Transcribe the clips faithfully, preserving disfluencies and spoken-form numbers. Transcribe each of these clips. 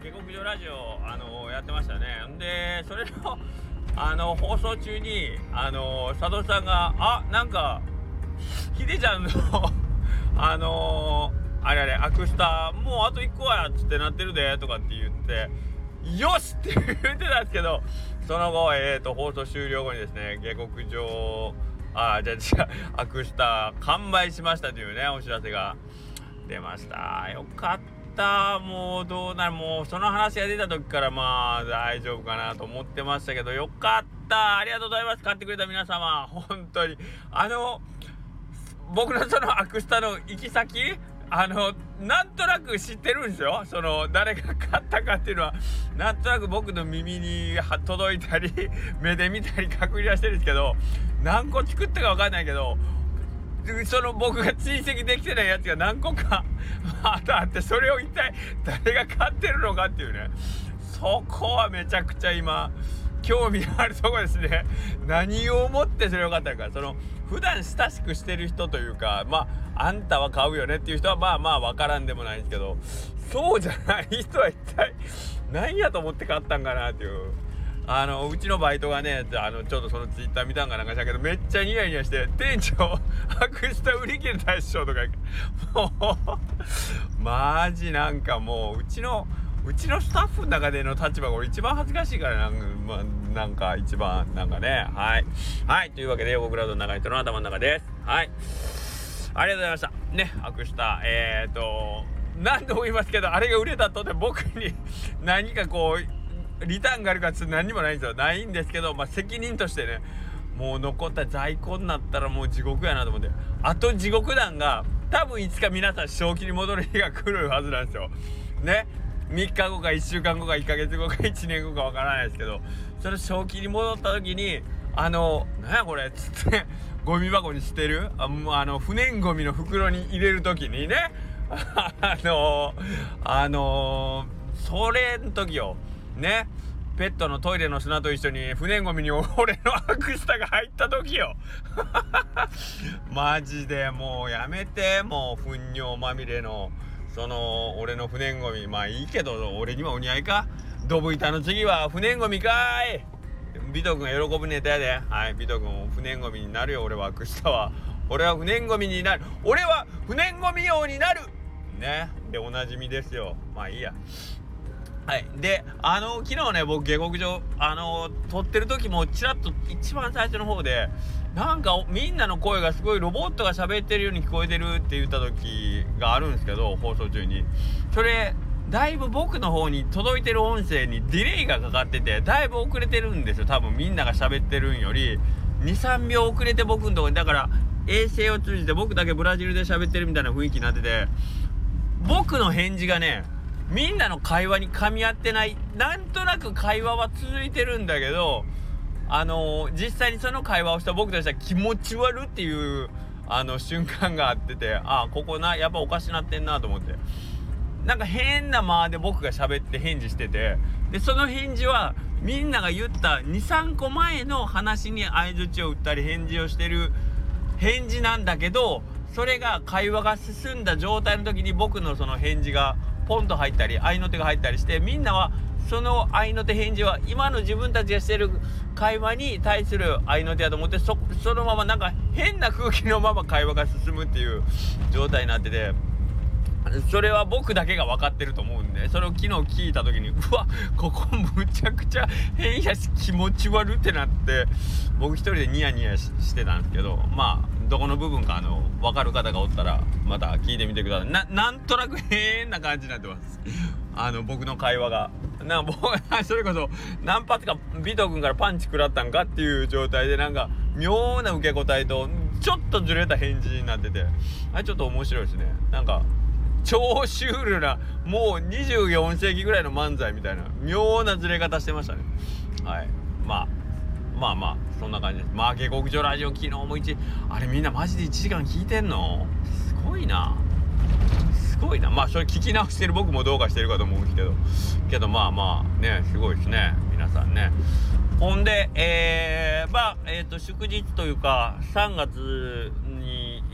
下克上ラジオあのやってましたね。でそれのあの放送中にあの佐藤さんがあなんかヒデちゃんのあのあれあれアクスタもうあといっこやっつってなってるでとかって言ってよしって言ってたんですけど、その後えーと放送終了後にですね下克上あじゃあ違うアクスタ完売しましたというねお知らせが出ました。よかったもうどうなるもうその話が出た時からまあ大丈夫かなと思ってましたけど、よかったありがとうございます。買ってくれた皆様本当にあの僕のそのアクスタの行き先あのなんとなく知ってるんですよ。その誰が買ったかっていうのはなんとなく僕の耳に届いたり目で見たり確認はしてるんですけど、何個作ったか分かんないけどその僕が追跡できてないやつが何個かまたあって、それを一体誰が買ってるのかっていうね、そこはめちゃくちゃ今興味あるところですね。何を思ってそれを買ったのか、その普段親しくしてる人というかまああんたは買うよねっていう人はまあまあ分からんでもないんですけど、そうじゃない人は一体何やと思って買ったんかなっていう。あのうちのバイトがねあのちょっとそのツイッター見たんかなんかしたけどめっちゃニヤニヤして店長アクスタ売り切れたっしょとかもうマジなんかもううちのうちのスタッフの中での立場が俺一番恥ずかしいからなんか、まあ、なんか一番なんかねはいはいというわけで横クラウドの中人の頭の中です。はいありがとうございましたね。アクスタえーと何度も言いますけどあれが売れたとで僕に何かこうリターンがあるかつ何にもないんですよ。ないんですけど、まあ、責任としてねもう残った在庫になったらもう地獄やなと思って、あと地獄団が多分いつか皆さん正気に戻る日が来るはずなんですよね。みっかごかいっしゅうかんごかいっかげつごかいちねんごかわからないですけど、その正気に戻った時にあのなんやこれっつってゴミ箱に捨てる あ, あの不燃ゴミの袋に入れる時にねあのあのそれの時よね、ペットのトイレの砂と一緒に不燃ゴミに俺のアクスタが入った時よマジでもうやめて、もう糞尿まみれのその俺の不燃ゴミまあいいけど俺にはお似合いか。ドブ板の次は不燃ゴミかーい。ビト君喜ぶネタやで。はいビト君不燃ゴミになるよ。俺はアクスタは俺は不燃ゴミになる俺は不燃ゴミ用になるねでおなじみですよ。まあいいや。はい、であの昨日ね僕下克上あの撮ってる時もちらっと一番最初の方でなんかみんなの声がすごいロボットが喋ってるように聞こえてるって言った時があるんですけど、放送中にそれだいぶ僕の方に届いてる音声にディレイがかかっててだいぶ遅れてるんですよ。多分みんなが喋ってるんより にさんびょう遅れて僕のとこにだから衛星を通じて僕だけブラジルで喋ってるみたいな雰囲気になってて、僕の返事がねみんなの会話に噛み合ってない。なんとなく会話は続いてるんだけどあのー、実際にその会話をした僕としては気持ち悪っていうあの瞬間があってて、あここなやっぱおかしなってんなと思って、なんか変な間で僕が喋って返事してて、でその返事はみんなが言った にさんこまえの話に相槌を打ったり返事をしてる返事なんだけど、それが会話が進んだ状態の時に僕のその返事がポンと入ったり合いの手が入ったりして、みんなはその合いの手返事は今の自分たちがしてる会話に対する合いの手だと思って そ, そのままなんか変な空気のまま会話が進むっていう状態になってて、それは僕だけが分かってると思うんで、それを昨日聞いた時にうわここむちゃくちゃ変やし気持ち悪ってなって僕一人でニヤニヤ し, してたんですけど、まあどこの部分かあの分かる方がおったらまた聞いてみてください。 な, なんとなく変な感じになってますあの僕の会話がなんか僕それこそ何発かビト君からパンチ食らったんかっていう状態でなんか妙な受け答えとちょっとずれた返事になってて、あれちょっと面白いですね。なんか超シュールなもうにじゅうよんせいきぐらいの漫才みたいな妙なずれ方してましたね。はいまあまあまあそんな感じです。まあ下克上ラジオ昨日も一あれみんなマジでいちじかん聞いてんのすごいなすごいな。まあそれ聞き直してる僕もどうかしてるかと思うんですけどけどまあまあねすごいですね皆さんね。ほんでえー、まあえっ、ー、と祝日というかさんがつに、えー、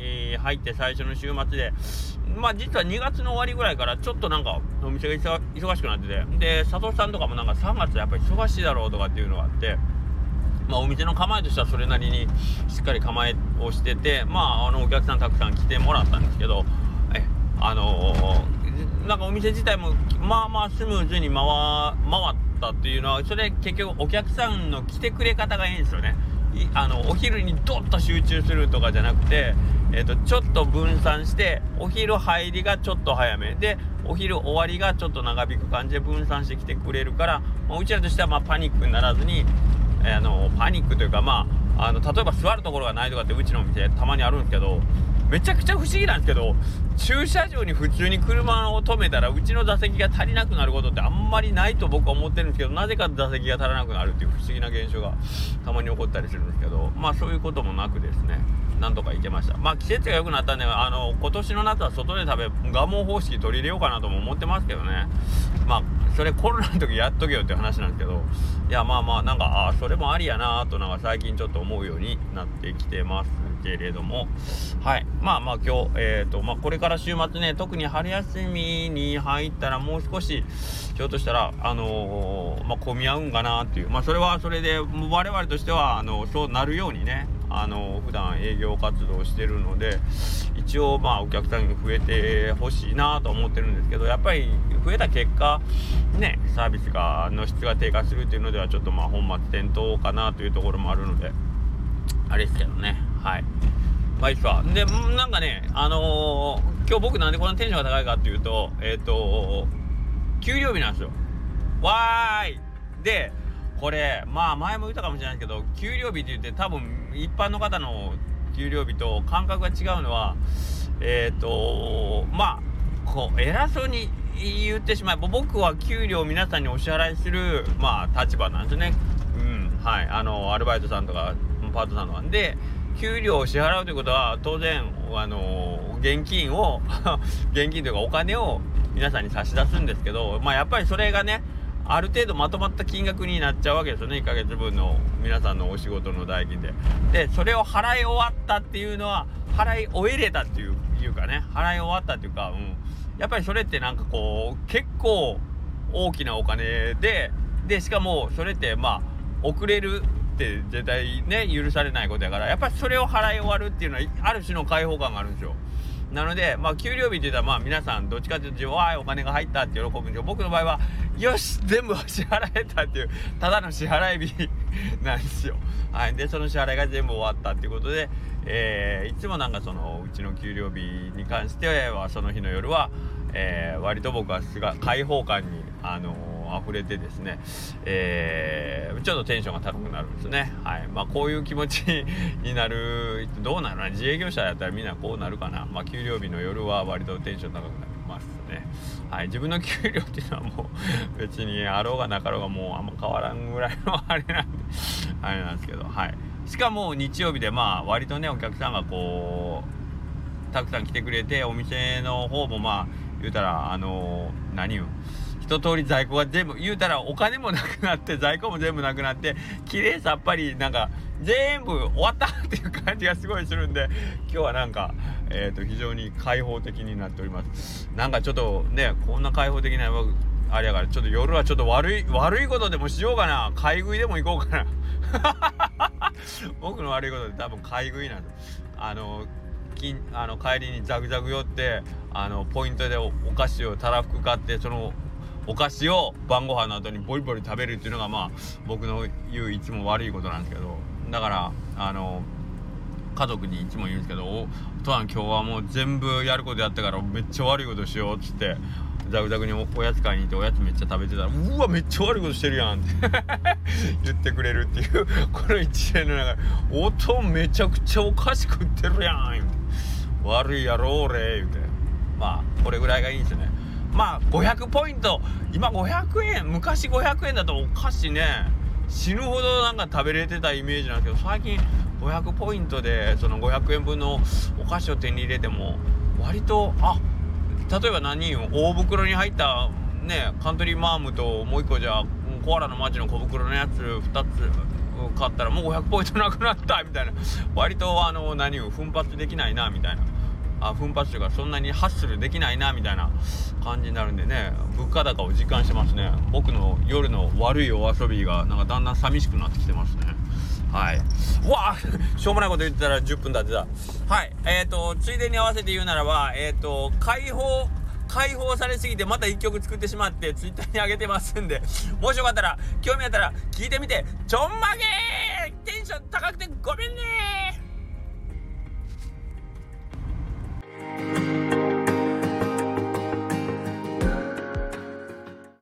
入って最初の週末で、まあ実はにがつの終わりぐらいからちょっとなんかお店が忙しくなってて、で佐藤さんとかもなんかさんがつやっぱり忙しいだろうとかっていうのがあって、まあお店の構えとしてはそれなりにしっかり構えをしてて、まああのお客さんたくさん来てもらったんですけど、えあのー、なんかお店自体もまあまあスムーズに回回ったっていうのは、それ結局お客さんの来てくれ方がいいんですよね。あのお昼にドッと集中するとかじゃなくて、えー、とちょっと分散して、お昼入りがちょっと早めで、お昼終わりがちょっと長引く感じで分散してきてくれるから、まあ、うちらとしてはまあパニックにならずに、えー、あのパニックというか、まあ、あの例えば座るところがないとかってうちのお店たまにあるんですけど、めちゃくちゃ不思議なんですけど、駐車場に普通に車を止めたらうちの座席が足りなくなることってあんまりないと僕は思ってるんですけど、なぜか座席が足らなくなるっていう不思議な現象がたまに起こったりするんですけど、まあそういうこともなくですね、なんとか行けました。まあ季節が良くなったんで、あの今年の夏は外で食べ蒲生方式取り入れようかなとも思ってますけどね。まあそれコロナの時やっとけよっていう話なんですけど、いやまあまあなんかあそれもありやなとなんか最近ちょっと思うようになってきてますけれども、はい、まあまあ今日えっとまあこれから週末ね、特に春休みに入ったらもう少しひょっとしたらあのー、まあ混み合うんかなっていう、まあそれはそれで我々としてはあのそうなるようにね、あの普段営業活動をしてるので、一応まあお客さんが増えてほしいなと思ってるんですけど、やっぱり増えた結果ね、サービスがの質が低下するっていうのではちょっとまあ本末転倒かなというところもあるのであれですけどね。はい、まあいいっすわ。でなんかね、あのー、今日僕なんでこんなテンションが高いかっていうと、えっと給料日なんですよ。わーい。でこれまあ前も言ったかもしれないですけど、給料日って言って多分一般の方の給料日と感覚が違うのは、えっとまあこう偉そうに言ってしまえば、僕は給料を皆さんにお支払いするまあ立場なんですね。うんはい、あのアルバイトさんとかパートさんとかで給料を支払うということは当然あの現金を現金というかお金を皆さんに差し出すんですけど、まあやっぱりそれがねある程度まとまった金額になっちゃうわけですよね。いっかげつぶんの皆さんのお仕事の代金で。でそれを払い終わったっていうのは、払い終えれたっていういうかね、払い終わったっていうか、うん、やっぱりそれってなんかこう結構大きなお金で、でしかもそれってまあ遅れるって絶対ね許されないことやから、やっぱりそれを払い終わるっていうのはある種の解放感があるんですよ。なのでまあ給料日って言ったらまあ皆さんどっちかというとわーいお金が入ったって喜ぶんですよ。僕の場合はよし全部支払えたっていうただの支払い日なんですよ。はい、でその支払いが全部終わったっていうことで、えー、いつもなんかそのうちの給料日に関してはその日の夜は、えー、割と僕は開放感にあのー溢れてですね、えー、ちょっとテンションが高くなるんですね。はい、まあこういう気持ちになる、どうなるな、自営業者だったらみんなこうなるかな。まあ給料日の夜は割とテンション高くなりますね。はい、自分の給料っていうのはもう別にあろうがなかろうがもうあんま変わらんぐらいのあれなんであれなんですけど、はい。しかも日曜日でまあ割とねお客さんがこうたくさん来てくれて、お店の方もまあ言うたらあのー、何を一通り在庫が全部言うたらお金もなくなって在庫も全部なくなって綺麗さっぱりなんか全部終わったっていう感じがすごいするんで、今日はなんかえっと非常に開放的になっております。なんかちょっとねこんな開放的なあれやからちょっと夜はちょっと悪い悪いことでもしようかな、買い食いでも行こうかな僕の悪いことで多分買い食いなんです。あのあの帰りにザグザグ寄ってあのポイントで お, お菓子をたらふく買って、そのお菓子を晩ご飯の後にボリボリ食べるっていうのがまあ僕の言ういつも悪いことなんですけど、だからあの家族にいつも言うんですけど、おとはん今日はもう全部やることやったからめっちゃ悪いことしようっつってザグザグに お, おやつ買いに行っておやつめっちゃ食べてたら、うわめっちゃ悪いことしてるやんって言ってくれるっていうこの一連の中で、音めちゃくちゃお菓子食ってるやん言うて、悪いやろ俺言うて、まあこれぐらいがいいんですよね。まあごひゃくポイント、今ごひゃくえん、昔ごひゃくえんだとお菓子ね死ぬほどなんか食べれてたイメージなんですけど、最近ごひゃくポイントでそのごひゃくえんぶんのお菓子を手に入れても割と、あ例えば何よ大袋に入ったねカントリーマームともう一個じゃコアラのマーチの小袋のやつふたつ買ったらもうごひゃくポイントなくなったみたいな、割とあの何を奮発できないなみたいなあ奮発というかそんなにハッスルできないなみたいな感じになるんでね、物価高を実感してますね。僕の夜の悪いお遊びがなんかだんだん寂しくなってきてますね。はい。うわあしょうもないこと言ってたらじゅっぷん経ってた。はい。えっ、ー、とついでに合わせて言うならば、えっ、ー、と解放解放されすぎてまた一曲作ってしまってツイッターに上げてますんで、もしよかったら興味あったら聞いてみて。ちょんまげーテンション高くてごめんねー。